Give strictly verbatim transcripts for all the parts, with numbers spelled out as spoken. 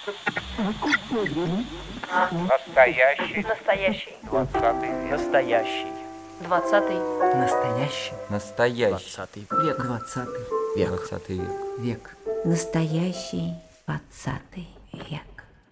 Настоящий. Настоящий. Двадцатый век. Настоящий. Двадцатый. Настоящий. Настоящий. Двадцатый век. Двадцатый Век. Двадцатый век. Век. Настоящий двадцатый век.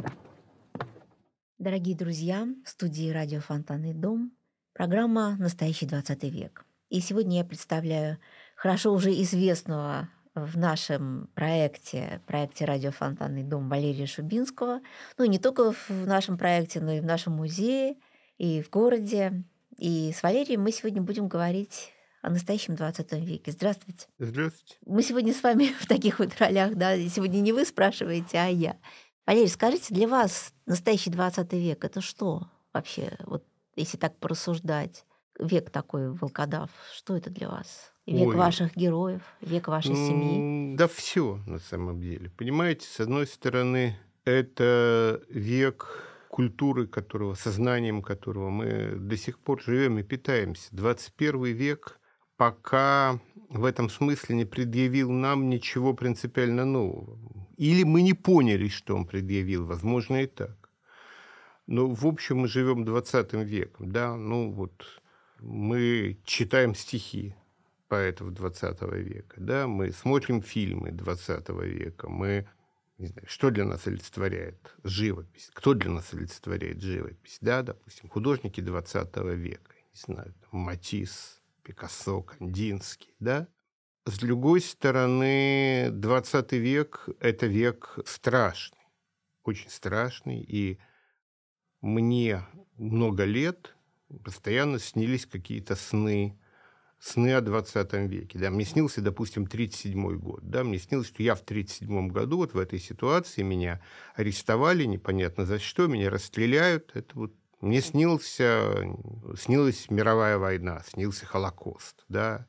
Дорогие друзья, в студии радио «Фонтанный дом» программа «Настоящий двадцатый век». И сегодня я представляю хорошо уже известного в нашем проекте, проекте радио «Фонтанный дом» Валерия Шубинского. Ну, не только в нашем проекте, но и в нашем музее, и в городе. И с Валерием мы сегодня будем говорить о настоящем двадцатом веке. Здравствуйте. Здравствуйте. Мы сегодня с вами в таких вот ролях, да, и сегодня не вы спрашиваете, а я. Валерий, скажите, для вас настоящий двадцатый век — это что вообще, вот если так порассуждать? Век такой волкодав, что это для вас? Век Ой. ваших героев, век вашей семьи? М, Да все на самом деле. Понимаете, с одной стороны, это век культуры которого, сознанием которого мы до сих пор живем и питаемся. двадцать первый век пока в этом смысле не предъявил нам ничего принципиально нового. Или мы не поняли, что он предъявил, возможно, и так. Но, в общем, мы живем двадцатым веком, да, ну вот мы читаем стихи поэтов двадцатого века, да, мы смотрим фильмы двадцатого века, мы, не знаю, что для нас олицетворяет живопись, кто для нас олицетворяет живопись, да, допустим, художники двадцатого века, не знаю, там, Матисс, Пикассо, Кандинский, да. С другой стороны, двадцатый век – это век страшный, очень страшный, и мне много лет постоянно снились какие-то сны, сны о двадцатом веке. Да. Мне снился, допустим, тридцать седьмой год. Да. Мне снилось, что я в тридцать седьмом году, вот в этой ситуации, меня арестовали, непонятно за что, меня расстреляют. Это вот мне снился, снилась мировая война, снился Холокост, да.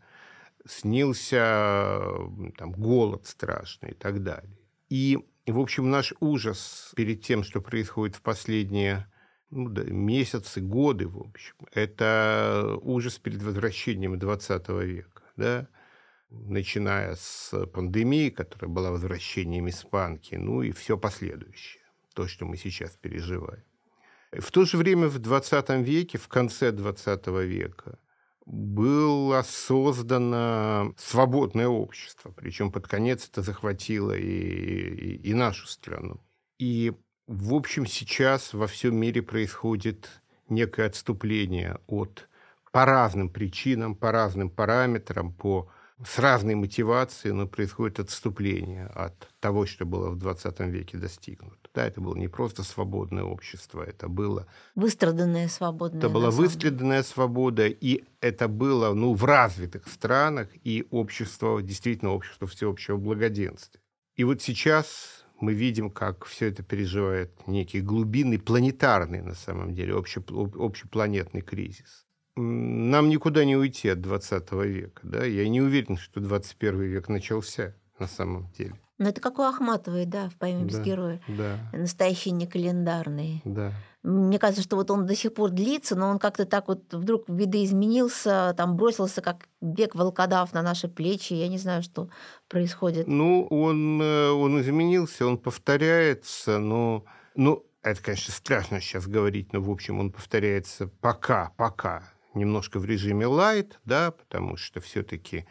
Снился там, голод страшный и так далее. И, в общем, наш ужас перед тем, что происходит в последние ну, да, месяцы, годы, в общем, это ужас перед возвращением двадцатого века, да? Начиная с пандемии, которая была возвращением испанки, ну и все последующее, то, что мы сейчас переживаем. В то же время в двадцатом веке, в конце двадцатого века, было создано свободное общество, причем под конец это захватило и, и, и нашу страну. И, в общем, сейчас во всем мире происходит некое отступление от, по разным причинам, по разным параметрам, по, с разной мотивацией, но происходит отступление от того, что было в двадцатом веке достигнуто. Да, это было не просто свободное общество, это было... Выстраданная свободная. Это была выстраданная свобода, и это было ну, в развитых странах, и общество, действительно общество всеобщего благоденствия. И вот сейчас мы видим, как все это переживает некий глубинный, планетарный, на самом деле, общеп, общепланетный кризис. Нам никуда не уйти от двадцатого века. Да? Я не уверен, что двадцать первый век начался на самом деле. Но это как у Ахматовой, да, в «Поэме без Да, героя». да, Настоящий, не календарный. да. Мне кажется, что вот он до сих пор длится, но он как-то так вот вдруг видоизменился, там бросился, как век волкодав на наши плечи. Я не знаю, что происходит. Ну, он, э, он изменился, он повторяется, но... Ну, это, конечно, страшно сейчас говорить, но, в общем, он повторяется пока, пока. Немножко в режиме лайт, да, потому что все-таки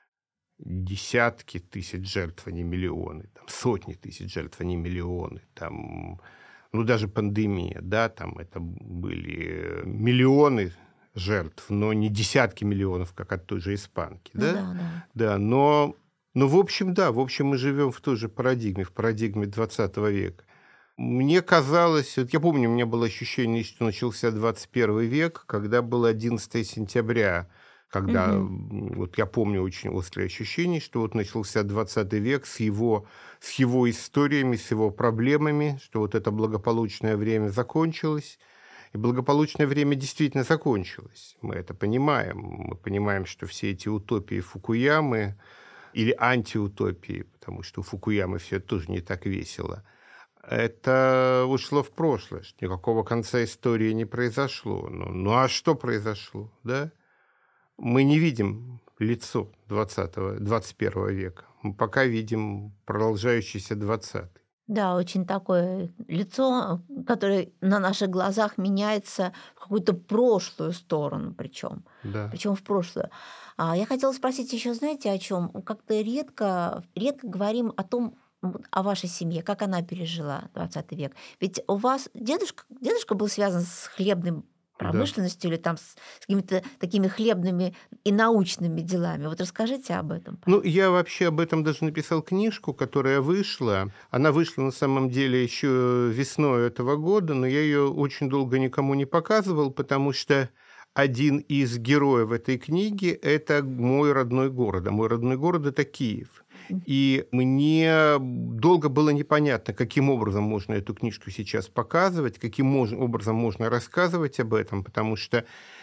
десятки тысяч жертв, а не миллионы, там, сотни тысяч жертв, а не миллионы, там, ну, даже пандемия, да, там это были миллионы жертв, но не десятки миллионов, как от той же испанки, да? Ну, да, да. Да, но, но, в общем, да, в общем, мы живем в той же парадигме, в парадигме двадцатого века. Мне казалось, вот я помню, у меня было ощущение, что начался двадцать первый век, когда было одиннадцатое сентября, когда, угу. вот я помню очень острое ощущение, что вот начался двадцатый век с его, с его историями, с его проблемами, что вот это благополучное время закончилось, и благополучное время действительно закончилось. Мы это понимаем. Мы понимаем, что все эти утопии Фукуямы или антиутопии, потому что у Фукуямы все это тоже не так весело, это ушло в прошлое, что никакого конца истории не произошло. Ну, ну а что произошло, да? Мы не видим лицо двадцатого, двадцать первого века. Мы пока видим продолжающийся двадцатый. Да, очень такое лицо, которое на наших глазах меняется в какую-то прошлую сторону, причем, Да. причем в прошлую. А я хотела спросить еще, знаете, о чем? Как-то редко, редко говорим о том, вот, о вашей семье, как она пережила двадцатый век. Ведь у вас дедушка, дедушка был связан с хлебной Да. промышленностью или там с, с какими-то такими хлебными и научными делами. Вот расскажите об этом. Ну, я вообще об этом даже написал книжку, которая вышла. Она вышла на самом деле еще весной этого года, но я ее очень долго никому не показывал, потому что один из героев этой книги – это мой родной город. А мой родной город – это Киев. И мне долго было непонятно, каким образом можно эту книжку сейчас показывать, каким мож- образом можно рассказывать об этом, потому что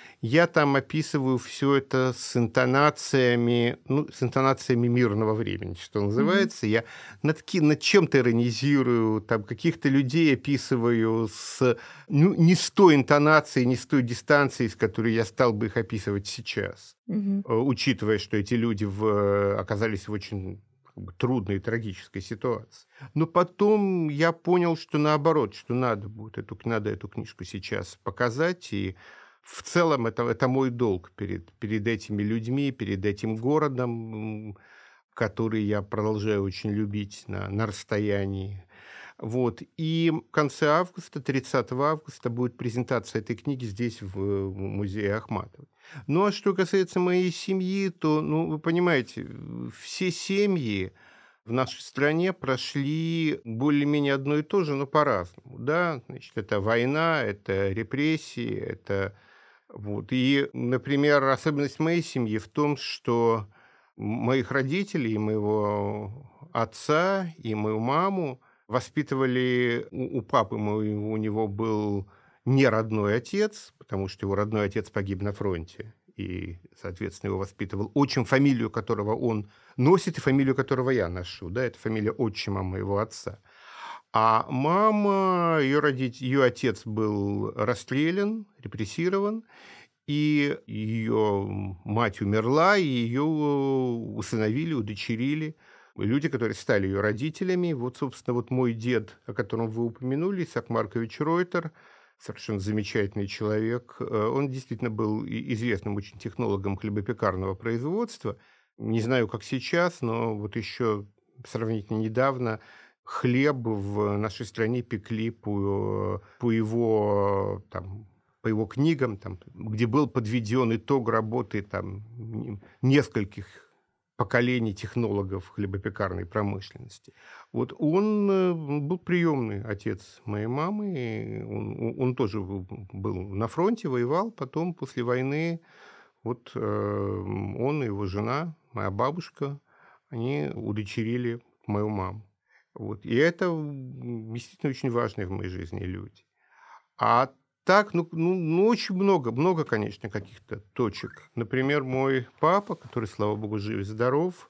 я там описываю все это с интонациями, ну, с интонациями мирного времени, что называется. Mm-hmm. Я над, над чем-то иронизирую, там каких-то людей описываю с, ну, не с той интонацией, не с той дистанцией, с которой я стал бы их описывать сейчас, mm-hmm. учитывая, что эти люди в, оказались в очень трудной и трагической ситуации. Но потом я понял, что наоборот, что надо будет эту, надо эту книжку сейчас показать, и в целом это, это мой долг перед, перед этими людьми, перед этим городом, который я продолжаю очень любить на, на расстоянии. Вот. И в конце августа, тридцатого августа, будет презентация этой книги здесь, в музее Ахматовой. Ну, а что касается моей семьи, то, ну, вы понимаете, все семьи в нашей стране прошли более-менее одно и то же, но по-разному. Да? Значит, это война, это репрессии, это... Вот. И, например, особенность моей семьи в том, что моих родителей, и моего отца, и мою маму воспитывали... У, у папы моего, у него был не родной отец, потому что его родной отец погиб на фронте, и, соответственно, его воспитывал отчим, фамилию которого он носит, и фамилию которого я ношу. Да, это фамилия отчима моего отца. А мама, ее, родитель, ее отец был расстрелян, репрессирован, и ее мать умерла, и ее усыновили, удочерили люди, которые стали ее родителями. Вот, собственно, вот мой дед, о котором вы упомянули, Исаак Маркович Ройтер, совершенно замечательный человек. Он действительно был известным очень технологом хлебопекарного производства. Не знаю, как сейчас, но вот еще сравнительно недавно хлеб в нашей стране пекли по, по его, там, по его книгам, там, где был подведен итог работы там, нескольких поколений технологов хлебопекарной промышленности. Вот он был приемный отец моей мамы, он, он тоже был, был на фронте, воевал, потом после войны вот э, он и его жена, моя бабушка, они удочерили мою маму. Вот. И это действительно очень важные в моей жизни люди. А так, ну, ну, ну, очень много, много, конечно, каких-то точек. Например, мой папа, который, слава богу, жив и здоров,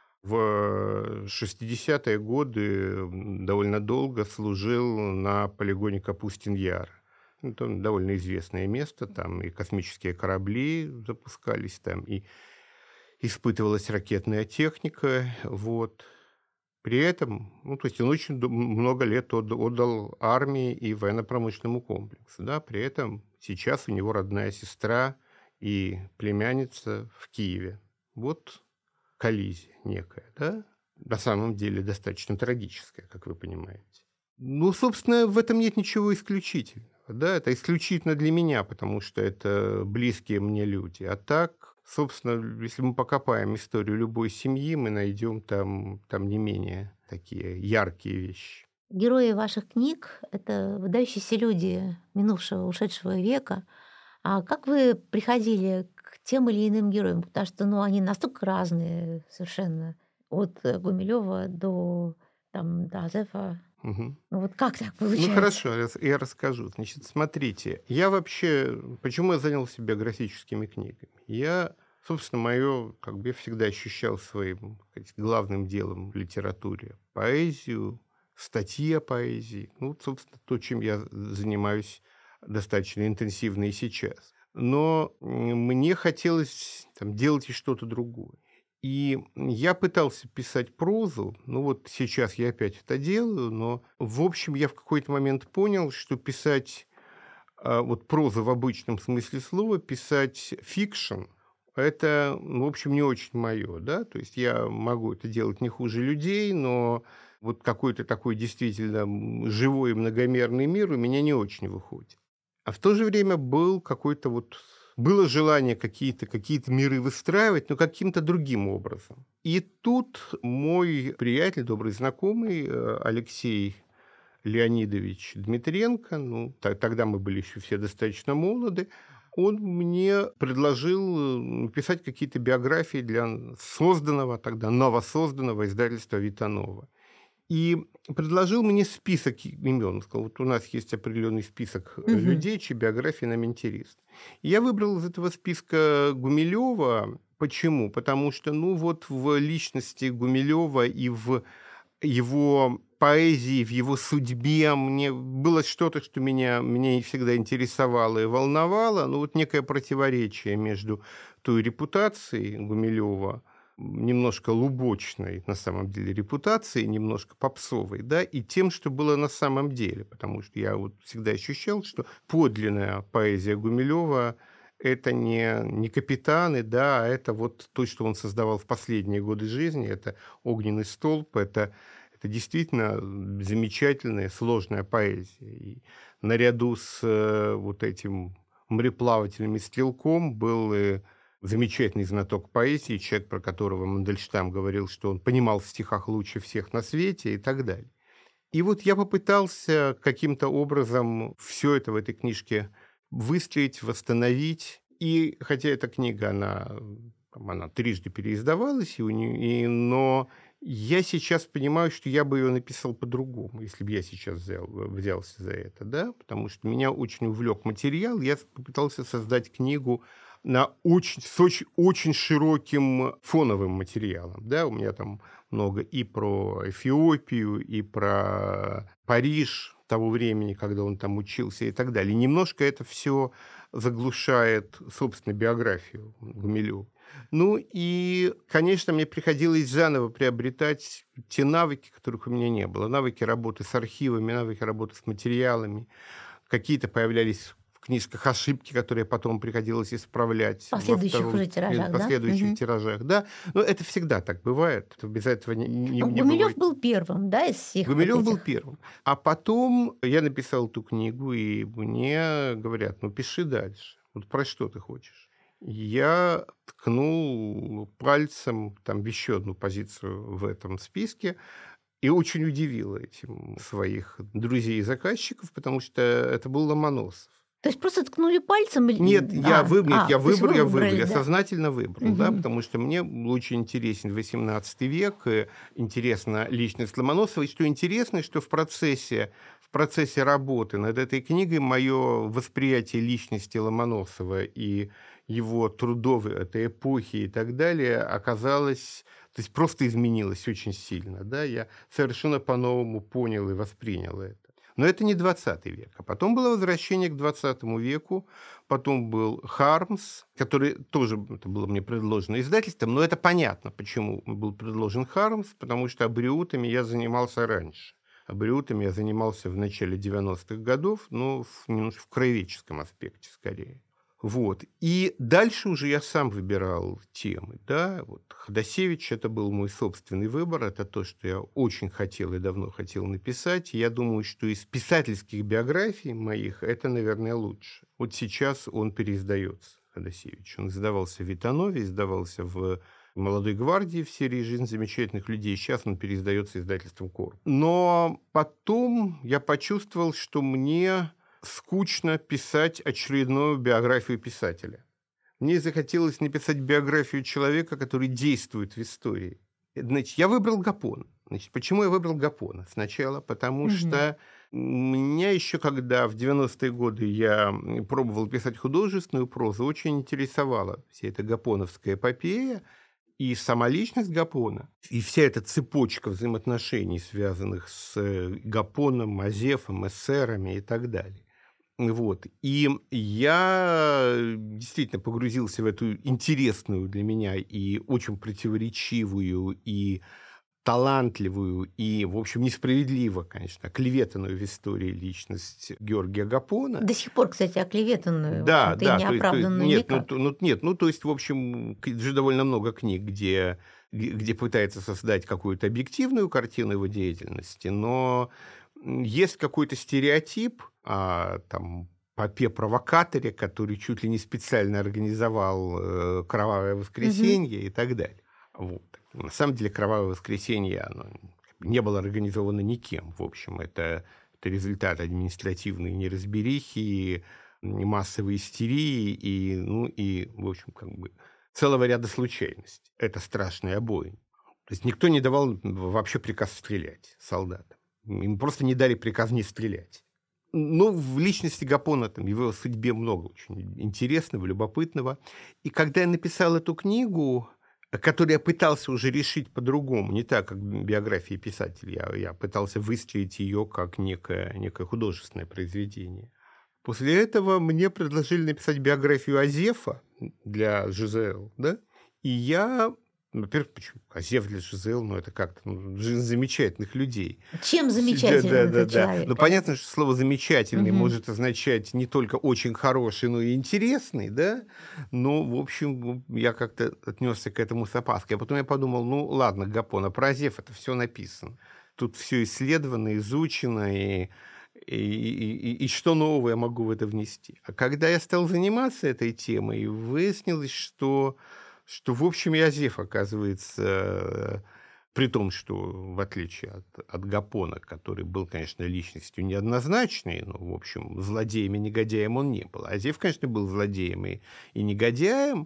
в шестидесятые годы довольно долго служил на полигоне Капустин-Яр. Это довольно известное место, там и космические корабли запускались, там и испытывалась ракетная техника, вот. При этом, ну, то есть он очень много лет отдал, отдал армии и военно-промышленному комплексу, да, при этом сейчас у него родная сестра и племянница в Киеве. Вот коллизия некая, да, на самом деле достаточно трагическая, как вы понимаете. Ну, собственно, в этом нет ничего исключительного, да, это исключительно для меня, потому что это близкие мне люди, а так... Собственно, если мы покопаем историю любой семьи, мы найдем там, там не менее такие яркие вещи. Герои ваших книг — это выдающиеся люди минувшего, ушедшего века. А как вы приходили к тем или иным героям? Потому что ну, они настолько разные совершенно. От Гумилева до, там, до Азефа. Угу. Ну вот как так получается? Ну хорошо, я расскажу. Значит, смотрите, я вообще... Почему я занялся биографическими книгами? Я, собственно, мое, как бы я всегда ощущал своим сказать, главным делом в литературе поэзию, статьи о поэзии. Ну, собственно, то, чем я занимаюсь достаточно интенсивно и сейчас. Но мне хотелось там, делать и что-то другое. И я пытался писать прозу, ну вот сейчас я опять это делаю, но, в общем, я в какой-то момент понял, что писать а, вот прозу в обычном смысле слова, писать фикшн, это, ну, в общем, не очень мое, да, то есть я могу это делать не хуже людей, но вот какой-то такой действительно м, живой и многомерный мир у меня не очень выходит. А в то же время был какой-то вот было желание какие-то какие миры выстраивать, но каким-то другим образом. И тут мой приятель, добрый знакомый э, Алексей Леонидович Дмитренко, ну, т- тогда мы были еще все достаточно молоды, он мне предложил э, написать какие-то биографии для созданного, тогда новосозданного издательства «Витанова». И предложил мне список имен. Он сказал, вот у нас есть определенный список э, Мгм. людей, чьи биографии нам интересны. И я выбрал из этого списка Гумилева. Почему? Потому что, ну, вот в личности Гумилева и в его поэзии, в его судьбе мне было что-то, что меня, меня всегда интересовало и волновало. Ну, вот некое противоречие между той репутацией Гумилева, немножко лубочной, на самом деле, репутации, немножко попсовой, да, и тем, что было на самом деле, потому что я вот всегда ощущал, что подлинная поэзия Гумилева это не, не капитаны, да, а это вот то, что он создавал в последние годы жизни, это «Огненный столб», это, это действительно замечательная, сложная поэзия. И наряду с э, вот этим мореплавателем и стрелком был и замечательный знаток поэзии, человек, про которого Мандельштам говорил, что он понимал в стихах лучше всех на свете и так далее. И вот я попытался каким-то образом все это в этой книжке выстроить, восстановить. И хотя эта книга, она, там, она трижды переиздавалась, и у нее, и, но я сейчас понимаю, что я бы ее написал по-другому, если бы я сейчас взял, взялся за это, да, потому что меня очень увлек материал. Я попытался создать книгу на очень, с очень, очень широким фоновым материалом. Да? У меня там много и про Эфиопию, и про Париж того времени, когда он там учился и так далее. И немножко это все заглушает, собственно, биографию Гумилева. Ну и, конечно, мне приходилось заново приобретать те навыки, которых у меня не было. Навыки работы с архивами, навыки работы с материалами. Какие-то появлялись в книжках ошибки, которые потом приходилось исправлять В во последующих втором, уже тиражах, в да? последующих Мгм. тиражах. Да, но это всегда так бывает. Без этого не, не, Ну, не Гумилев бывает. был первым, да, из всех вот Гумилев был этих. первым. А потом я написал эту книгу, и мне говорят, ну, пиши дальше. Вот про что ты хочешь? Я ткнул пальцем там в еще одну позицию в этом списке и очень удивил этим своих друзей и заказчиков, потому что это был Ломоносов. То есть просто ткнули пальцем или... Нет, я, А, вы, нет, а, я то есть выбрал, вы я выбрал, выбрали, я да. сознательно выбрал, да, Мгм. потому что мне был очень интересен восемнадцатый век, и интересна личность Ломоносова, и что интересно, что в процессе, в процессе работы над этой книгой мое восприятие личности Ломоносова и его трудов этой эпохи и так далее оказалось, то есть просто изменилось очень сильно, да, я совершенно по-новому понял и воспринял это. Но это не двадцатый век. А потом было возвращение к двадцатому веку, потом был Хармс, который тоже, это было мне предложено издательством, но это понятно, почему был предложен Хармс, потому что абриутами я занимался раньше. Абриутами я занимался в начале девяностых годов, но в, немножко в краеведческом аспекте скорее. Вот. И дальше уже я сам выбирал темы. Да? Вот Ходосевич – это был мой собственный выбор. Это то, что я очень хотел и давно хотел написать. И я думаю, что из писательских биографий моих это, наверное, лучше. Вот сейчас он переиздается, Ходосевич. Он издавался в Витанове, издавался в «Молодой гвардии» в серии «Жизнь замечательных людей». Сейчас он переиздается издательством «Корп». Но потом я почувствовал, что мне скучно писать очередную биографию писателя. Мне захотелось написать биографию человека, который действует в истории. Значит, я выбрал Гапона. Значит, почему я выбрал Гапона сначала? Потому Мгм. что меня еще, когда в девяностые годы я пробовал писать художественную прозу, очень интересовала вся эта гапоновская эпопея и сама личность Гапона, и вся эта цепочка взаимоотношений, связанных с Гапоном, Мазефом, эсерами и так далее. Вот. И я действительно погрузился в эту интересную для меня и очень противоречивую, и талантливую, и, в общем, несправедливо, конечно, оклеветанную в истории личность Георгия Гапона. До сих пор, кстати, оклеветанную, Да, в общем-то, да, и то есть, то есть, неоправданную нет, ну, никак. то- ну, нет, ну, то есть, в общем, к- же довольно много книг, где, где где пытается создать какую-то объективную картину его деятельности, но м, есть какой-то стереотип о там попе-провокаторе, который чуть ли не специально организовал э, «Кровавое Мгм. воскресенье» и так далее. Вот. На самом деле «Кровавое воскресенье» оно не было организовано никем. В общем, это, это результат административной неразберихи, массовой истерии и, ну, и, в общем, как бы целого ряда случайностей. Это страшная бойня. То есть никто не давал вообще приказ стрелять солдатам. Им просто не дали приказ не стрелять. Ну, в личности Гапона, там, в его судьбе много очень интересного, любопытного. И когда я написал эту книгу, которую я пытался уже решить по-другому, не так, как биография писателя, я, я пытался выстроить ее как некое, некое художественное произведение. После этого мне предложили написать биографию Азефа для Жизел, да? И я, во-первых, почему? Азеф для Жизел, ну, это как-то ну, жизнь замечательных людей. Чем Да, да, замечателен да, этот да. человек? Ну, понятно, что слово «замечательный» Мгм. может означать не только очень хороший, но и интересный, да? Но, в общем, я как-то отнесся к этому с опаской. А потом я подумал, ну, ладно, Гапон, а про Азеф это все написано. Тут все исследовано, изучено, и, и, и, и что нового я могу в это внести? А когда я стал заниматься этой темой, выяснилось, что, что в общем, и Азеф, оказывается, при том, что, в отличие от, от Гапона, который был, конечно, личностью неоднозначной, но, в общем, злодеем и негодяем он не был. Азеф, конечно, был злодеем и, и негодяем,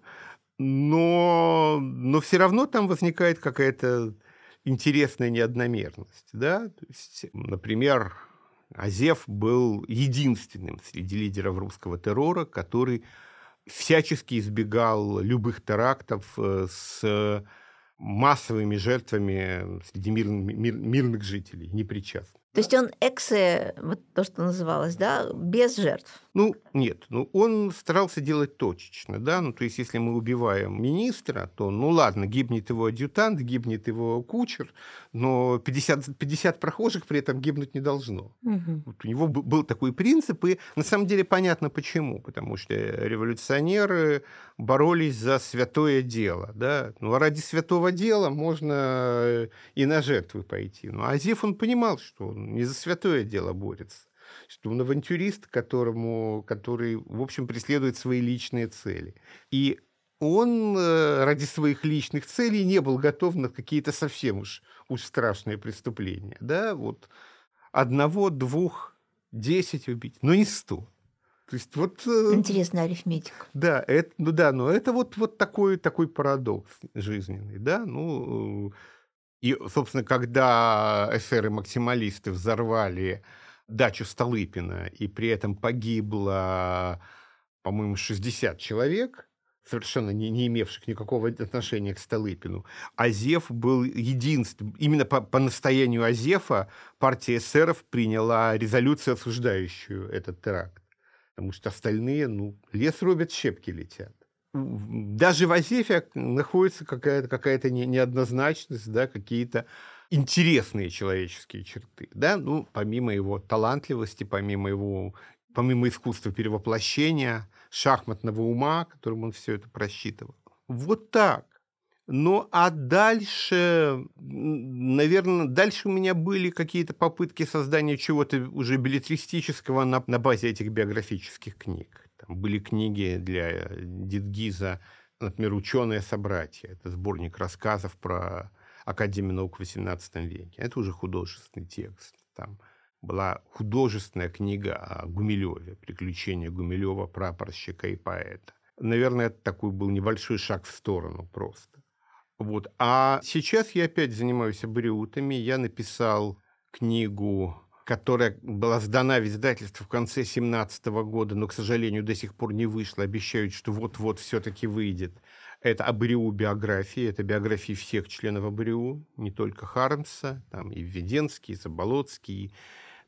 но, но все равно там возникает какая-то интересная неодномерность. Да? То есть, например, Азеф был единственным среди лидеров русского террора, который всячески избегал любых терактов э, с массовыми жертвами среди мир- мир- мирных жителей, непричастных. То есть он эксе, вот то, что называлось, да, без жертв. Ну, нет, ну, он старался делать точечно, да, ну, то есть, если мы убиваем министра, то, ну, ладно, гибнет его адъютант, гибнет его кучер, но пятьдесят, пятьдесят прохожих при этом гибнуть не должно. Мгм. Вот у него б- был такой принцип, и на самом деле понятно почему, потому что революционеры боролись за святое дело, да, ну, а ради святого дела можно и на жертвы пойти. Ну, а Азеф, он понимал, что он не за святое дело борется, что он авантюрист, которому, который, в общем, преследует свои личные цели. И он э, ради своих личных целей не был готов на какие-то совсем уж, уж страшные преступления. Да? Вот одного, двух, десять убить, но не сто. То есть вот... э, Интересная арифметика. да, это, ну да, но это вот, вот такой, такой парадокс жизненный, да, ну... э, И, собственно, когда эсеры-максималисты взорвали дачу Столыпина, и при этом погибло, по-моему, шестьдесят человек, совершенно не, не имевших никакого отношения к Столыпину, Азеф был единственным. Именно по, по настоянию Азефа партия эсеров приняла резолюцию, осуждающую этот теракт. Потому что остальные, ну, лес рубят, щепки летят. Даже в Азефе находится какая-то, какая-то не- неоднозначность, да, какие-то интересные человеческие черты. Да? Ну, помимо его талантливости, помимо его помимо искусства перевоплощения, шахматного ума, которым он все это просчитывал. Вот так. Ну, а дальше, наверное, дальше у меня были какие-то попытки создания чего-то уже беллетристического на, на базе этих биографических книг. Там были книги для Дидгиза, например, «Ученые собратья». Это сборник рассказов про Академию наук в восемнадцатом веке. Это уже художественный текст. Там была художественная книга о Гумилеве, «Приключения Гумилева, прапорщика и поэта». Наверное, это такой был небольшой шаг в сторону просто. Вот. А сейчас я опять занимаюсь абориутами. Я написал книгу, которая была сдана в издательство в конце семнадцатого года, но, к сожалению, до сих пор не вышла. Обещают, что вот-вот все-таки выйдет. Это Абориу биографии, это биографии всех членов Абориу, не только Хармса, там и Введенский, и Заболоцкий,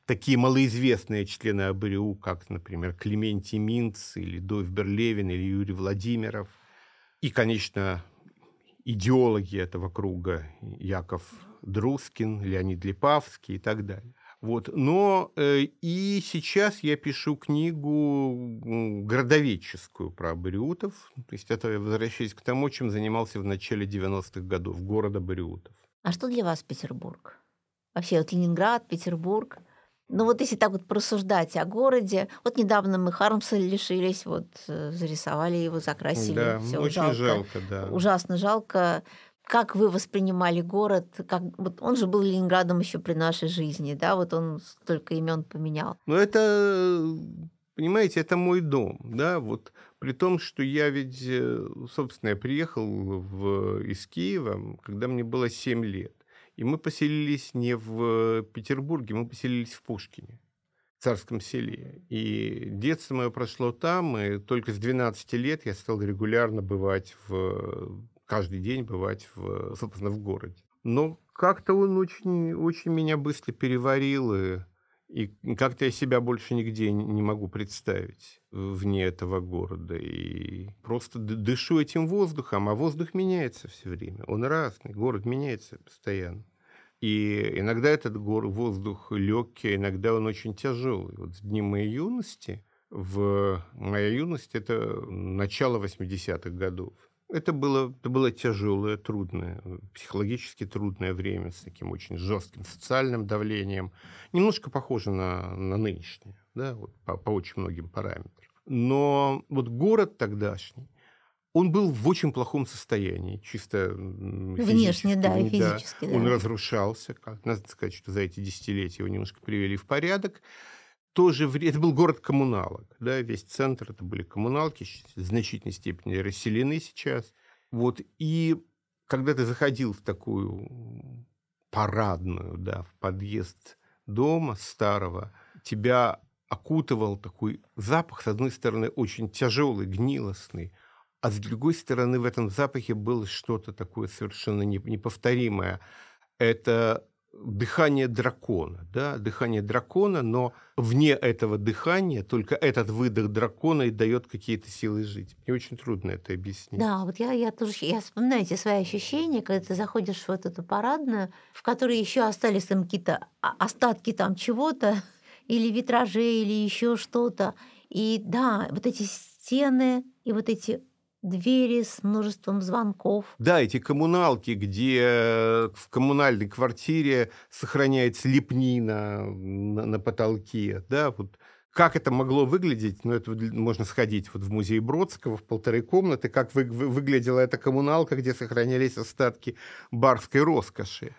такие малоизвестные члены АБРУ, как, например, Клементий Минц или Дойв Левин или Юрий Владимиров. И, конечно, идеологи этого круга Яков Друскин, Леонид Липавский и так далее. Вот. Но э, и сейчас я пишу книгу городоведческую про абориутов. То есть это я возвращаюсь к тому, чем занимался в начале девяностых годов, город абориутов. А что для вас Петербург? Вообще вот Ленинград, Петербург. Ну вот если так вот порассуждать о городе, вот недавно мы Хармса лишились, вот зарисовали его, закрасили. Да, всё, очень жалко, жалко, да. Ужасно жалко. Как вы воспринимали город? Как, вот он же был Ленинградом еще при нашей жизни, да? Вот он столько имен поменял. Ну это, понимаете, это мой дом, да? Вот при том, что я ведь, собственно, я приехал в, из Киева, когда мне было семь лет. И мы поселились не в Петербурге, мы поселились в Пушкине, в Царском Селе. И детство мое прошло там, и только с двенадцати лет я стал регулярно бывать в... каждый день бывать, в, собственно, в городе. Но как-то он очень, очень меня быстро переварил, и, и как-то я себя больше нигде не могу представить вне этого города. И просто дышу этим воздухом, а воздух меняется все время. Он разный, город меняется постоянно. И иногда этот город, воздух легкий, иногда он очень тяжелый. Вот в дни моей юности, в моя юность, это начало восьмидесятых годов. Это было, это было тяжелое, трудное, психологически трудное время с таким очень жестким социальным давлением. Немножко похоже на, на нынешнее, да, вот по, по очень многим параметрам. Но вот город тогдашний, он был в очень плохом состоянии, чисто внешне, да, и физически. Да. Он да. разрушался. Как, надо сказать, что за эти десятилетия его немножко привели в порядок. Тоже это был город коммуналок, да, весь центр это были коммуналки, в значительной степени расселены сейчас. Вот, и когда ты заходил в такую парадную, да, в подъезд дома старого, тебя окутывал такой запах, с одной стороны, очень тяжелый, гнилостный, а с другой стороны, в этом запахе было что-то такое совершенно неповторимое. Это дыхание дракона, да, дыхание дракона, но вне этого дыхания только этот выдох дракона и дает какие-то силы жить. Мне очень трудно это объяснить. Да, вот я, я тоже я вспоминаю эти свои ощущения, когда ты заходишь в вот эту парадную, в которой еще остались там какие-то остатки там чего-то, или витражей, или еще что-то. И да, вот эти стены и вот эти двери с множеством звонков. Да, эти коммуналки, где в коммунальной квартире сохраняется лепнина на, на потолке, да, вот как это могло выглядеть, ну, это можно сходить вот в музей Бродского в полторы комнаты, как вы, вы, выглядела эта коммуналка, где сохранялись остатки барской роскоши.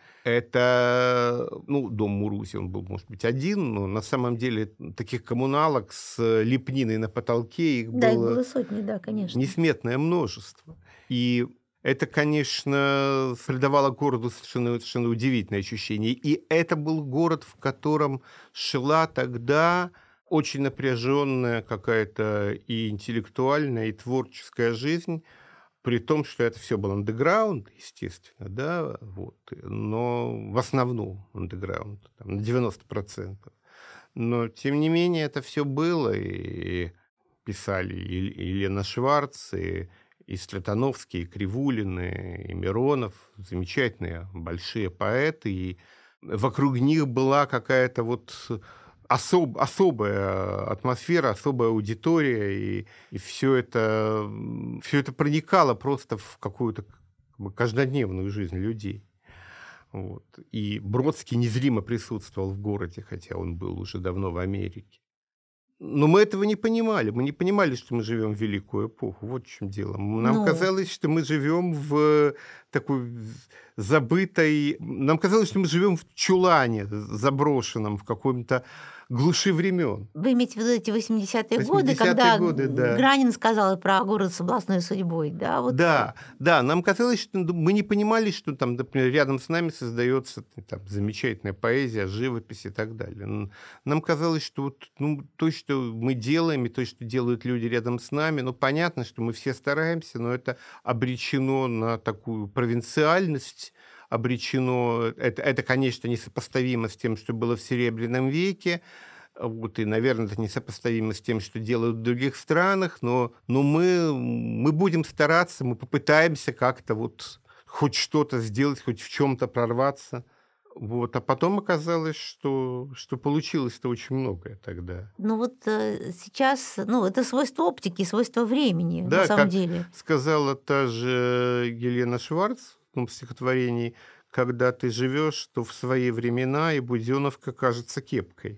Это, ну, дом Мурузи, он был, может быть, один, но на самом деле таких коммуналок с лепниной на потолке их да, было, их было сотни, да, конечно. Несметное множество. И это, конечно, придавало городу совершенно, совершенно удивительное ощущение. И это был город, в котором шла тогда очень напряженная какая-то и интеллектуальная, и творческая жизнь, при том, что это все был андеграунд, естественно, да, вот, но в основном андеграунд, там, на девяносто процентов. Но, тем не менее, это все было, и писали и Елена Шварц, и, и Стратановский, и Кривулин, и, и Миронов, замечательные большие поэты, и вокруг них была какая-то вот особ, особая атмосфера, особая аудитория, и, и все это, все это проникало просто в какую-то как бы каждодневную жизнь людей. Вот. И Бродский незримо присутствовал в городе, хотя он был уже давно в Америке. Но мы этого не понимали. Мы не понимали, что мы живем в великую эпоху. Вот в чем дело. Нам Ну. казалось, что мы живем в такой забытой... Нам казалось, что мы живем в чулане заброшенном, в каком-то глуши времен. Вы имеете в виду эти восьмидесятые годы, когда годы, да. Гранин сказал про город с областной судьбой, да? Вот. Да, да, нам казалось, что мы не понимали, что там, например, рядом с нами создается там, замечательная поэзия, живопись и так далее. Нам казалось, что вот, ну, то, что мы делаем, и то, что делают люди рядом с нами, ну, понятно, что мы все стараемся, но это обречено на такую провинциальность, обречено. Это, это, конечно, несопоставимо с тем, что было в Серебряном веке. Вот, и, наверное, это несопоставимо с тем, что делают в других странах, но, но мы, мы будем стараться, мы попытаемся как-то вот хоть что-то сделать, хоть в чем-то прорваться. Вот. А потом оказалось, что, что получилось-то очень многое тогда. Ну вот э, сейчас, ну это свойство оптики, свойство времени, Да, на самом как деле. сказала та же Елена Шварц в том стихотворении, когда ты живешь, то в свои времена и Буденовка кажется кепкой.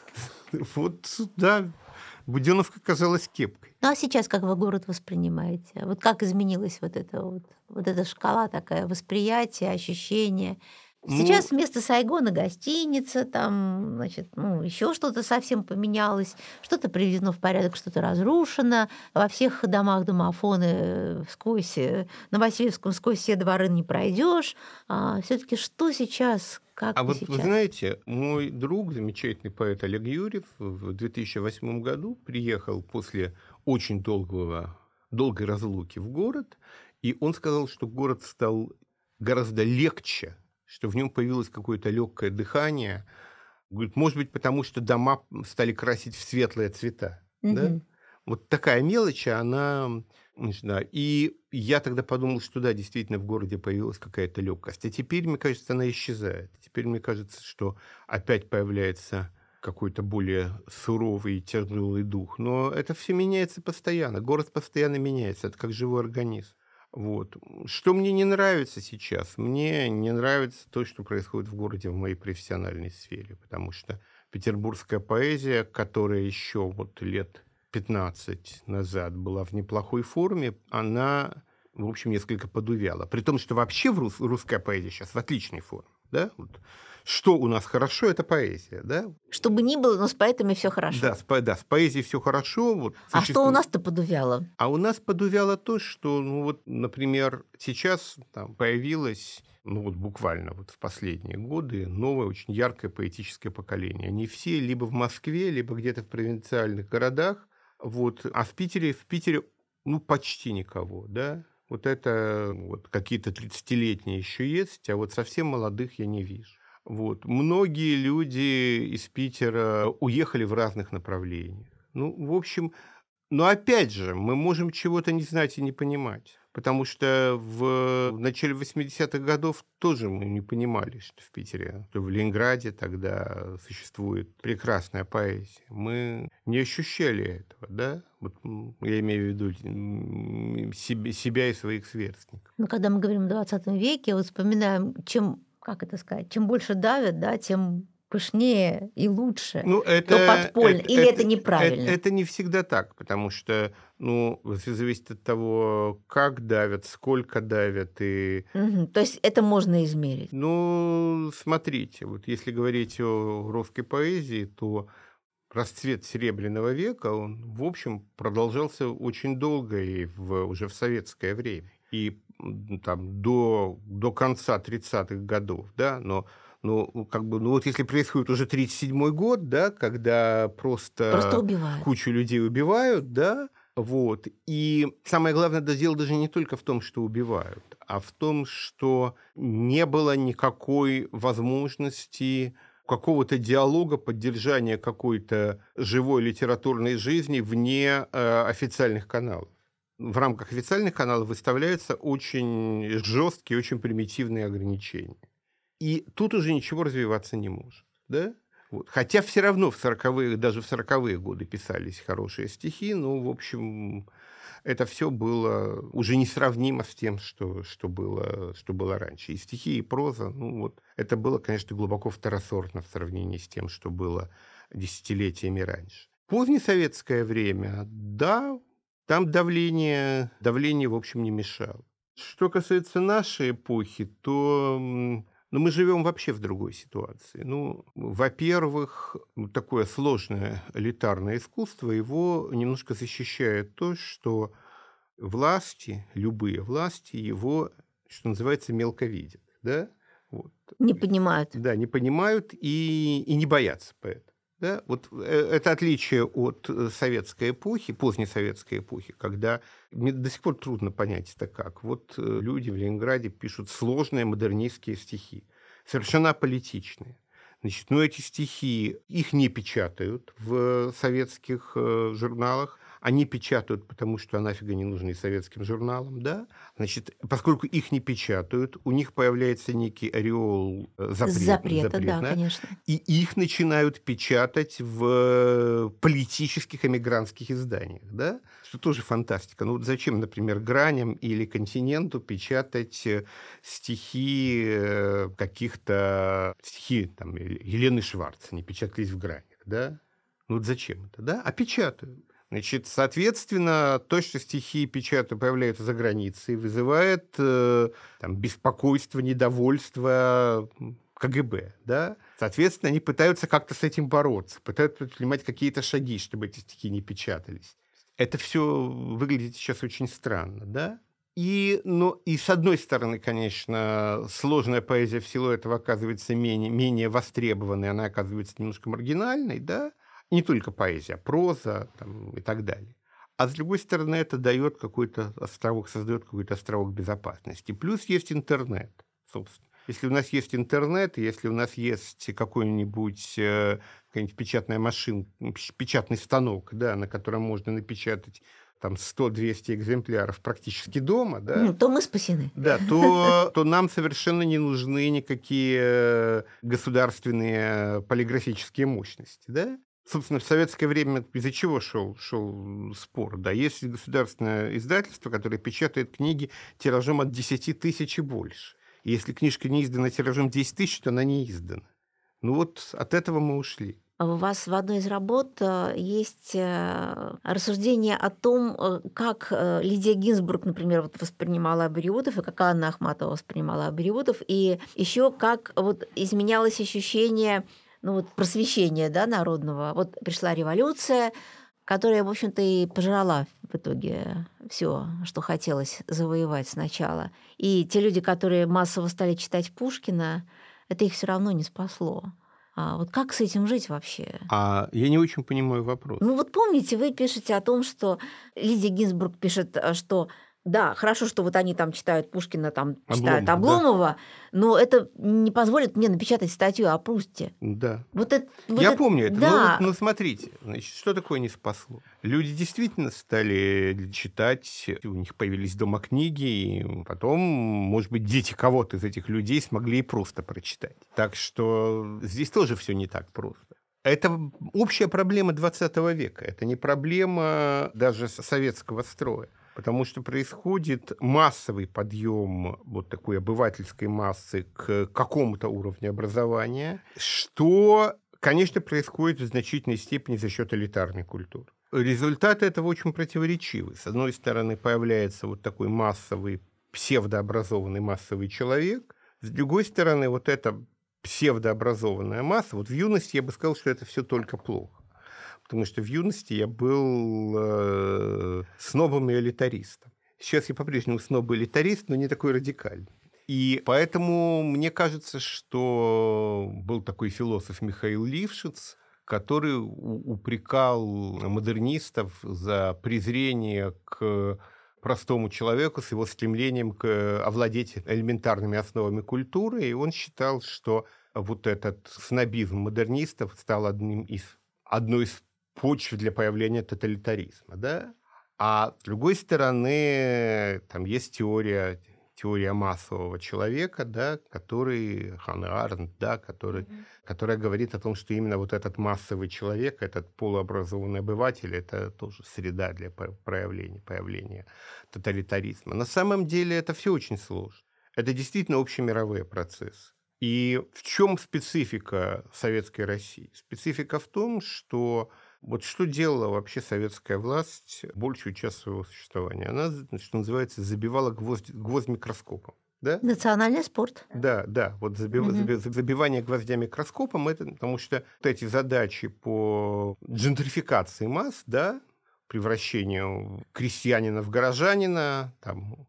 Вот, да, Буденовка казалась кепкой. Ну а сейчас как вы город воспринимаете? Вот как изменилась вот эта вот, вот эта шкала такая восприятия, ощущения? Сейчас Ну, вместо Сайгона гостиница, там, значит, ну, еще что-то совсем поменялось, что-то приведено в порядок, что-то разрушено. Во всех домах домофоны э, сквозь э, Новосельском, сквозь все дворы не пройдешь. А все-таки что сейчас? Как а вы вот вы сейчас? знаете, мой друг, замечательный поэт Олег Юрьев, в две тысячи восьмом году приехал после очень долгого, долгой разлуки в город, и он сказал, что город стал гораздо легче, что в нем появилось какое-то легкое дыхание. Говорит, может быть, потому что дома стали красить в светлые цвета. Да? Мгм. Вот такая мелочь, она... Не знаю. И я тогда подумал, что да, действительно в городе появилась какая-то легкость. А теперь, мне кажется, она исчезает. Теперь мне кажется, что опять появляется какой-то более суровый и тяжелый дух. Но это все меняется постоянно. Город постоянно меняется. Это как живой организм. Вот. Что мне не нравится сейчас? Мне не нравится то, что происходит в городе в моей профессиональной сфере, потому что петербургская поэзия, которая еще вот лет пятнадцать назад была в неплохой форме, она, в общем, несколько подувяла. При том, что вообще в рус- русская поэзия сейчас в отличной форме. Да? Вот. Что у нас хорошо, это поэзия. Да? Что бы ни было, но с поэтами все хорошо. Да, с, по- да, с поэзией все хорошо. Вот, А что у существует- нас-то подувяло? А у нас подувяло то, что, ну вот, например, сейчас там появилось, ну вот буквально вот в последние годы, новое очень яркое поэтическое поколение. Они все либо в Москве, либо где-то в провинциальных городах, вот, а в Питере, в Питере, ну, почти никого, да. Вот это вот какие-то тридцатилетние еще есть, а вот совсем молодых я не вижу. Вот. Многие люди из Питера уехали в разных направлениях. Ну, в общем, но опять же, мы можем чего-то не знать и не понимать. Потому что в, в начале восьмидесятых годов тоже мы не понимали, что в Питере, что в Ленинграде тогда существует прекрасная поэзия. Мы не ощущали этого, да? Вот, м, я имею в виду м, себе- себя и своих сверстников. Ну, когда мы говорим о двадцатом веке, вот вспоминаем, чем, как это сказать, чем больше давят, да, тем пышнее и лучше, Ну, то это, подпольно. это, Или это это, неправильно? это, это не всегда так, потому что, ну, все зависит от того, как давят, сколько давят. И, Мгм. То есть это можно измерить. ну, смотрите, вот если говорить о русской поэзии, то расцвет Серебряного века, он, в общем, продолжался очень долго и в, уже в советское время. И м, там до, до конца тридцатых годов, да, но ну, как бы, ну вот если происходит уже тридцать седьмой год, да, когда Просто просто убивают. кучу людей убивают, да, вот, и самое главное, да, дело даже не только в том, что убивают, а в том, что не было никакой возможности какого-то диалога, поддержания какой-то живой литературной жизни вне э, официальных каналов. В рамках официальных каналов выставляются очень жесткие, очень примитивные ограничения. И тут уже ничего развиваться не может. Да? Вот. Хотя все равно в сороковые, даже в сороковые годы писались хорошие стихи, но, в общем, это все было уже несравнимо с тем, что, что, было, что было раньше. И стихи, и проза, ну вот, это было, конечно, глубоко второсортно в сравнении с тем, что было десятилетиями раньше. Позднесоветское время, да, там давление, давление, в общем, не мешало. Что касается нашей эпохи, то м, ну, мы живем вообще в другой ситуации. Ну, во-первых, такое сложное элитарное искусство, его немножко защищает то, что власти, любые власти, его, что называется, мелко видят. Да? Вот. Не понимают. Да, не понимают и, и не боятся поэтому. Да? Вот это отличие от советской эпохи, поздней советской эпохи, когда мне до сих пор трудно понять это как. Вот люди в Ленинграде пишут сложные модернистские стихи, совершенно аполитичные. Значит, ну, эти стихи, их не печатают в советских э, журналах. Они печатают, потому что нафига не нужны советским журналам, да? Значит, поскольку их не печатают, у них появляется некий ореол запрет, Запрета, запрет, да, да? конечно. И их начинают печатать в политических эмигрантских изданиях, да? Что тоже фантастика. Ну вот зачем, например, «Граням» или «Континенту» печатать стихи каких-то... Стихи там, Елены Шварц, они печатались в «Гранях», да? Ну вот зачем это, да? А печатают. Значит, соответственно, то, что стихи печатают, появляются за границей, вызывает э, там, беспокойство, недовольство КГБ. Да? Соответственно, они пытаются как-то с этим бороться, пытаются предпринимать какие-то шаги, чтобы эти стихи не печатались. Это все выглядит сейчас очень странно. Да? И, ну, и с одной стороны, конечно, сложная поэзия в силу этого оказывается менее, менее востребованной, она оказывается немножко маргинальной, да? Не только поэзия, проза там, и так далее. А с другой стороны, это дает какой-то островок, создает какой-то островок безопасности. Плюс есть интернет, собственно. Если у нас есть интернет, если у нас есть какой-нибудь э, какая-нибудь печатная машина, печатный станок, да, на котором можно напечатать там сто-двести экземпляров практически дома, да, то мы спасены. Да, то, то нам совершенно не нужны никакие государственные полиграфические мощности, да. Собственно, в советское время из-за чего шел, шел спор? Да, есть государственное издательство, которое печатает книги тиражом от десяти тысяч и больше. И если книжка не издана тиражом десять тысяч, то она не издана. Ну вот от этого мы ушли. У вас в одной из работ есть рассуждение о том, как Лидия Гинзбург, например, вот воспринимала абориутов, и как Анна Ахматова воспринимала абориутов, и еще как вот изменялось ощущение, ну вот, просвещения, да, народного. Вот пришла революция, которая, в общем-то, и пожрала в итоге все, что хотелось завоевать сначала. И те люди, которые массово стали читать Пушкина, это их все равно не спасло. А вот как с этим жить вообще? А я не очень понимаю вопрос. Ну вот помните, вы пишете о том, что Лидия Гинзбург пишет, что да, хорошо, что вот они там читают Пушкина, там читают Обломов, Обломова, да. но это не позволит мне напечатать статью о Прусте. Да. Вот это, вот я это, помню это. Да. Ну, ну, смотрите, значит, что такое не спасло? Люди действительно стали читать, у них появились дома книги, и потом, может быть, дети кого-то из этих людей смогли и просто прочитать. Так что здесь тоже все не так просто. Это общая проблема двадцатого века. Это не проблема даже советского строя. Потому что происходит массовый подъем вот такой обывательской массы к какому-то уровню образования, что, конечно, происходит в значительной степени за счет элитарной культуры. Результаты этого очень противоречивы. С одной стороны, появляется вот такой массовый, псевдообразованный массовый человек. С другой стороны, вот эта псевдообразованная масса, вот в юности я бы сказал, что это все только плохо. Потому что в юности я был э, снобом и элитаристом. Сейчас я по-прежнему сноб и элитарист, но не такой радикальный. И поэтому мне кажется, что был такой философ Михаил Лившиц, который упрекал модернистов за презрение к простому человеку с его стремлением к овладеть элементарными основами культуры. И он считал, что вот этот снобизм модернистов стал одним из, одной из почв для появления тоталитаризма, да? А с другой стороны, там есть теория, теория массового человека, да, который, Ханна Аренд, да, который, mm-hmm. которая говорит о том, что именно вот этот массовый человек, этот полуобразованный обыватель, это тоже среда для проявления, появления тоталитаризма. На самом деле это все очень сложно. Это действительно общемировые процессы. И в чем специфика советской России? Специфика в том, что вот что делала вообще советская власть большую часть своего существования? Она, что называется, забивала гвоздь, гвоздь микроскопом. Да? Национальный спорт. Да, да. Вот забив, mm-hmm. забивание гвоздя микроскопом, это потому что вот эти задачи по джентрификации масс, да, превращению крестьянина в горожанина, там,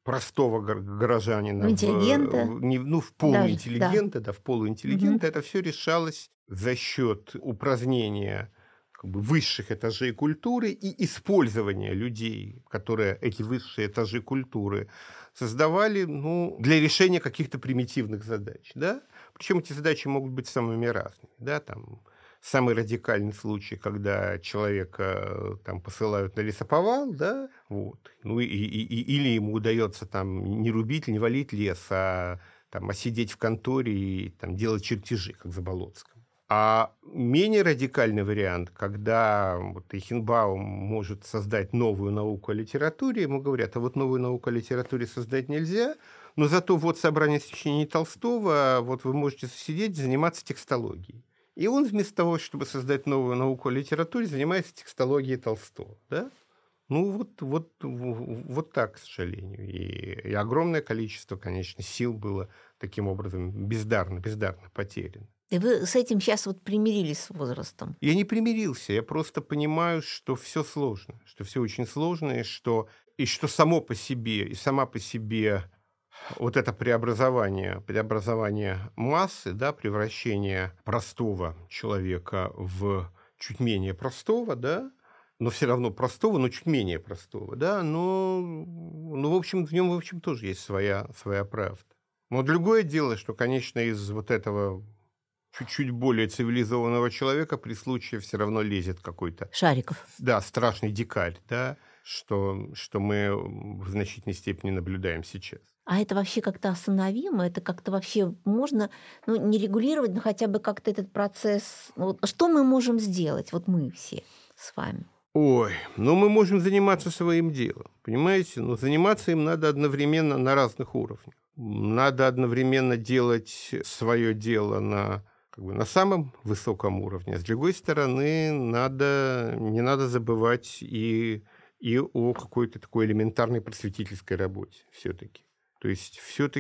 простого горожанина, в интеллигента. В, не, ну, в полуинтеллигента, да. Да, в полуинтеллигента, угу. Это все решалось за счет упразднения как бы высших этажей культуры и использования людей, которые эти высшие этажи культуры создавали, ну, для решения каких-то примитивных задач, да. Причем эти задачи могут быть самыми разными, да, там. Самый радикальный случай, когда человека там посылают на лесоповал, да, вот, ну и, и, и, или ему удается там не рубить, не валить лес, а, там, а сидеть в конторе и там, делать чертежи, как в Заболоцком. А менее радикальный вариант, когда вот, Эйхенбаум может создать новую науку о литературе, ему говорят, а вот новую науку о литературе создать нельзя, но зато вот собрание сочинений Толстого, вот вы можете сидеть, заниматься текстологией. И он вместо того, чтобы создать новую науку о литературе, занимается текстологией Толстого. Да? Ну, вот, вот, вот так, к сожалению. И, и огромное количество, конечно, сил было таким образом бездарно, бездарно потеряно. И вы с этим сейчас вот примирились с возрастом? Я не примирился, я просто понимаю, что все сложно, что все очень сложно, и что, и что само по себе, и сама по себе... Вот это преобразование, преобразование массы, да, превращение простого человека в чуть менее простого, да, но все равно простого, но чуть менее простого, да, но, ну, в общем, в нем, в общем, тоже есть своя, своя правда. Но другое дело, что, конечно, из вот этого чуть-чуть более цивилизованного человека при случае все равно лезет какой-то... Шариков. Да, страшный дикарь, да, что, что мы в значительной степени наблюдаем сейчас. А это вообще как-то остановимо? Это как-то вообще можно, ну, не регулировать, но хотя бы как-то этот процесс... Вот, что мы можем сделать, вот мы все с вами? Ой, ну мы можем заниматься своим делом, понимаете? Но заниматься им надо одновременно на разных уровнях. Надо одновременно делать свое дело на, как бы, на самом высоком уровне. А с другой стороны, надо, не надо забывать и, и о какой-то такой элементарной просветительской работе все-таки. То есть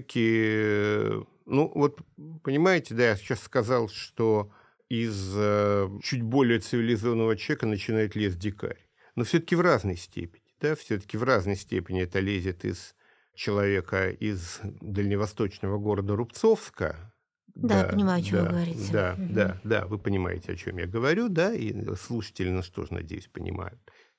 все-таки, ну вот, понимаете, да, я сейчас сказал, что из э, чуть более цивилизованного человека начинает лезть дикарь. Но все-таки в разной степени, да, все-таки в разной степени это лезет из человека из дальневосточного города Рубцовска. Да, да, я понимаю, о чем да, вы говорите. Да, угу. да, да, вы понимаете, о чем я говорю, да, и слушатели нас тоже, надеюсь, понимают.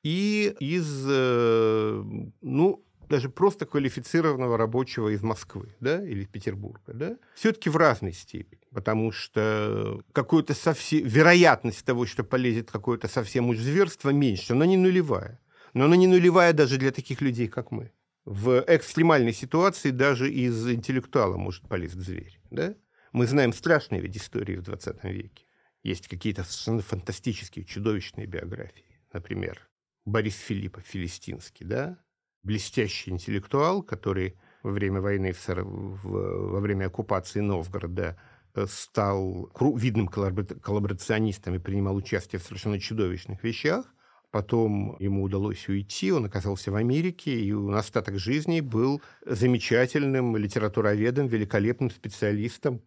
И из, э, ну, даже просто квалифицированного рабочего из Москвы, да, или из Петербурга, да, все-таки в разной степени, потому что какую-то совсем... вероятность того, что полезет какое-то совсем уж зверство, меньше, она не нулевая. Но она не нулевая даже для таких людей, как мы. В экстремальной ситуации даже из интеллектуала может полезть зверь, да. Мы знаем страшные ведь истории в двадцатом веке. Есть какие-то совершенно фантастические, чудовищные биографии. Например, Борис Филиппов, Филистинский, да, блестящий интеллектуал, который во время войны, в, в, во время оккупации Новгорода стал видным коллаборационистом и принимал участие в совершенно чудовищных вещах. Потом ему удалось уйти, он оказался в Америке, и он остаток жизни был замечательным литературоведом, великолепным специалистом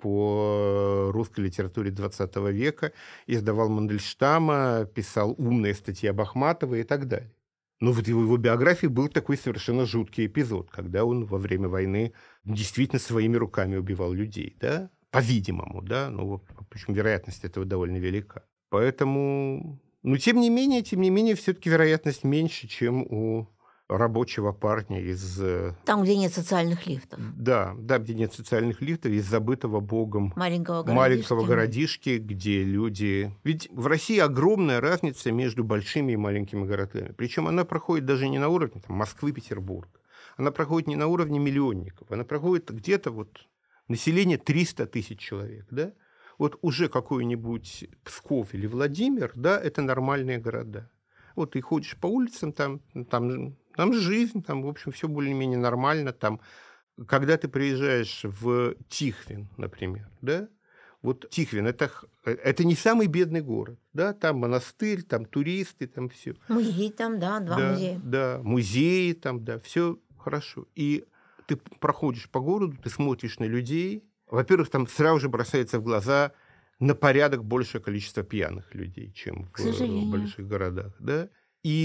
по русской литературе двадцатого века, издавал Мандельштама, писал умные статьи об Ахматовой и так далее. Но вот в его биографии был такой совершенно жуткий эпизод, когда он во время войны действительно своими руками убивал людей, да, по-видимому, да, ну, причем вероятность этого довольно велика. Поэтому... Но, тем не менее, тем не менее, все-таки вероятность меньше, чем у рабочего парня из... Там, где нет социальных лифтов. Да, да, где нет социальных лифтов, из забытого богом маленького городишки. маленького городишки, где люди... Ведь в России огромная разница между большими и маленькими городами. Причем она проходит даже не на уровне там, Москвы, Петербурга. Она проходит не на уровне миллионников. Она проходит где-то вот население триста тысяч человек, да? Вот уже какой-нибудь Псков или Владимир, да, это нормальные города. Вот ты ходишь по улицам, там, там, там жизнь, там, в общем, все более-менее нормально. Там, когда ты приезжаешь в Тихвин, например, да, вот Тихвин это, это не самый бедный город, да, там монастырь, там туристы, там все. Музей там, да, два да, музея. Да, музеи там, да, все хорошо. И ты проходишь по городу, ты смотришь на людей. Во-первых, там сразу же бросается в глаза на порядок большее количество пьяных людей, чем в больших городах. Да? И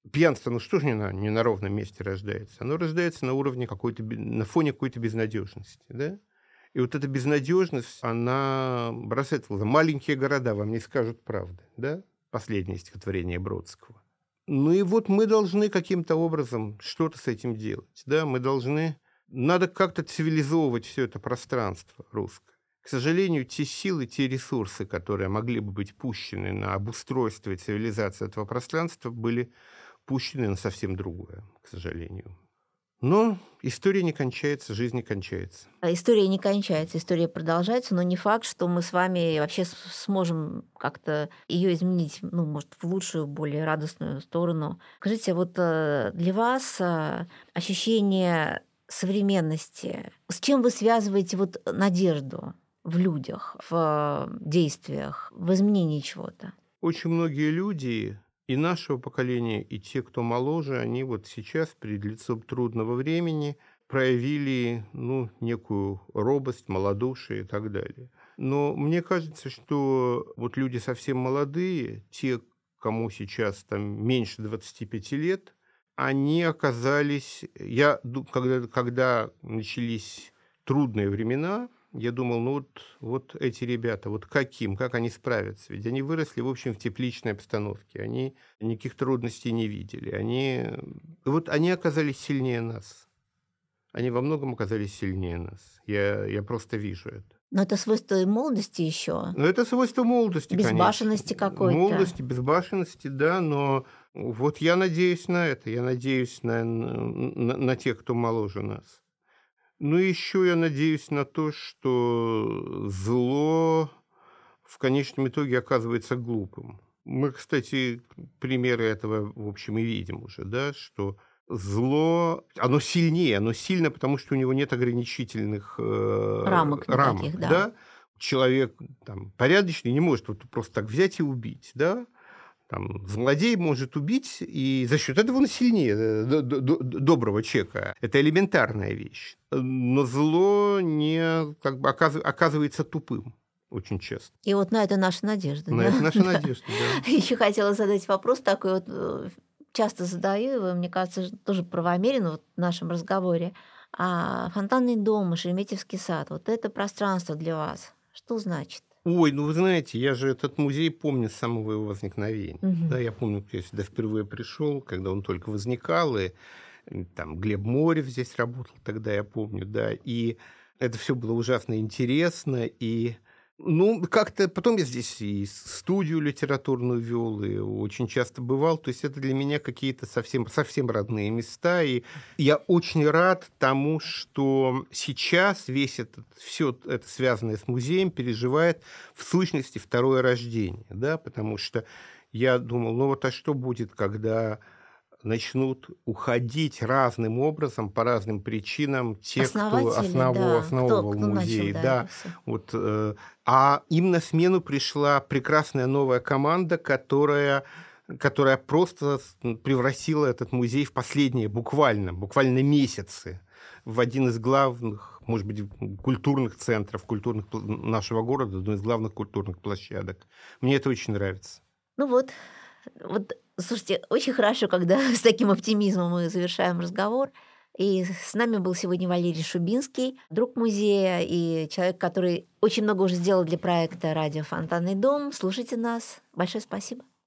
Пьянство, ну что же не на, не на ровном месте рождается? Оно рождается на уровне какой-то, на фоне какой-то безнадежности, да? И вот эта безнадежность, она бросает в глаза. Маленькие города вам не скажут правды, да? Последнее стихотворение Бродского. Ну и вот мы должны каким-то образом что-то с этим делать, да? Мы должны... Надо как-то цивилизовывать все это пространство русское. К сожалению, те силы, те ресурсы, которые могли бы быть пущены на обустройство и цивилизацию этого пространства, были пущены на совсем другое, к сожалению. Но история не кончается, жизнь не кончается. История не кончается, история продолжается, но не факт, что мы с вами вообще сможем как-то ее изменить, ну, может, в лучшую, более радостную сторону. Скажите, вот для вас ощущение современности, с чем вы связываете вот надежду в людях, в действиях, в изменении чего-то? Очень многие люди и нашего поколения, и те, кто моложе, они вот сейчас, перед лицом трудного времени, проявили, ну, некую робость, малодушие и так далее. Но мне кажется, что вот люди совсем молодые, те, кому сейчас там меньше двадцати пяти лет, они оказались... Я, когда, когда начались трудные времена, я думал, ну вот, вот эти ребята, вот каким, как они справятся? Ведь они выросли, в общем, в тепличной обстановке, они никаких трудностей не видели. Они, вот они оказались сильнее нас. Они во многом оказались сильнее нас. Я, я просто вижу это. Но это свойство молодости еще. Но это свойство молодости, безбашенности конечно. какой-то. Молодости, безбашенности, да, но вот я надеюсь на это, я надеюсь на, на, на тех, кто моложе нас. Ну, еще я надеюсь на то, что зло в конечном итоге оказывается глупым. Мы, кстати, примеры этого, в общем, и видим уже, да, что зло, оно сильнее, оно сильно, потому что у него нет ограничительных э, рамок, рамок никаких, да. да. Человек там, порядочный не может вот просто так взять и убить, да. Там, злодей может убить, и за счет этого он сильнее доброго человека. Это элементарная вещь. Но зло не, как бы, оказывается тупым очень часто. И вот на это наша надежда. На да? это наша надежда, да. Еще хотела задать вопрос такой вот, часто задаю его, мне кажется, тоже правомерен вот в нашем разговоре. А Фонтанный дом и Шереметьевский сад, вот это пространство для вас, что значит? Ой, ну вы знаете, я же этот музей помню с самого его возникновения. Угу. Да, я помню, я сюда впервые пришел, когда он только возникал, и там Глеб Морев здесь работал тогда, я помню, да, и это все было ужасно интересно, и ну, как-то потом я здесь и студию литературную вел, и очень часто бывал. То есть это для меня какие-то совсем, совсем родные места. И я очень рад тому, что сейчас весь этот, все это, связанное с музеем, переживает в сущности второе рождение. Да? Потому что я думал, ну вот а что будет, когда начнут уходить разным образом, по разным причинам те, кто основу, да. основывал кто, кто музей. Начал, да. да, вот, э, а им на смену пришла прекрасная новая команда, которая, которая просто превратила этот музей в последние буквально, буквально месяцы в один из главных, может быть, культурных центров культурных нашего города, одной из главных культурных площадок. Мне это очень нравится. Ну вот, вот, слушайте, очень хорошо, когда с таким оптимизмом мы завершаем разговор. И с нами был сегодня Валерий Шубинский, друг музея и человек, который очень много уже сделал для проекта «Радио Фонтанный дом». Слушайте нас. Большое спасибо.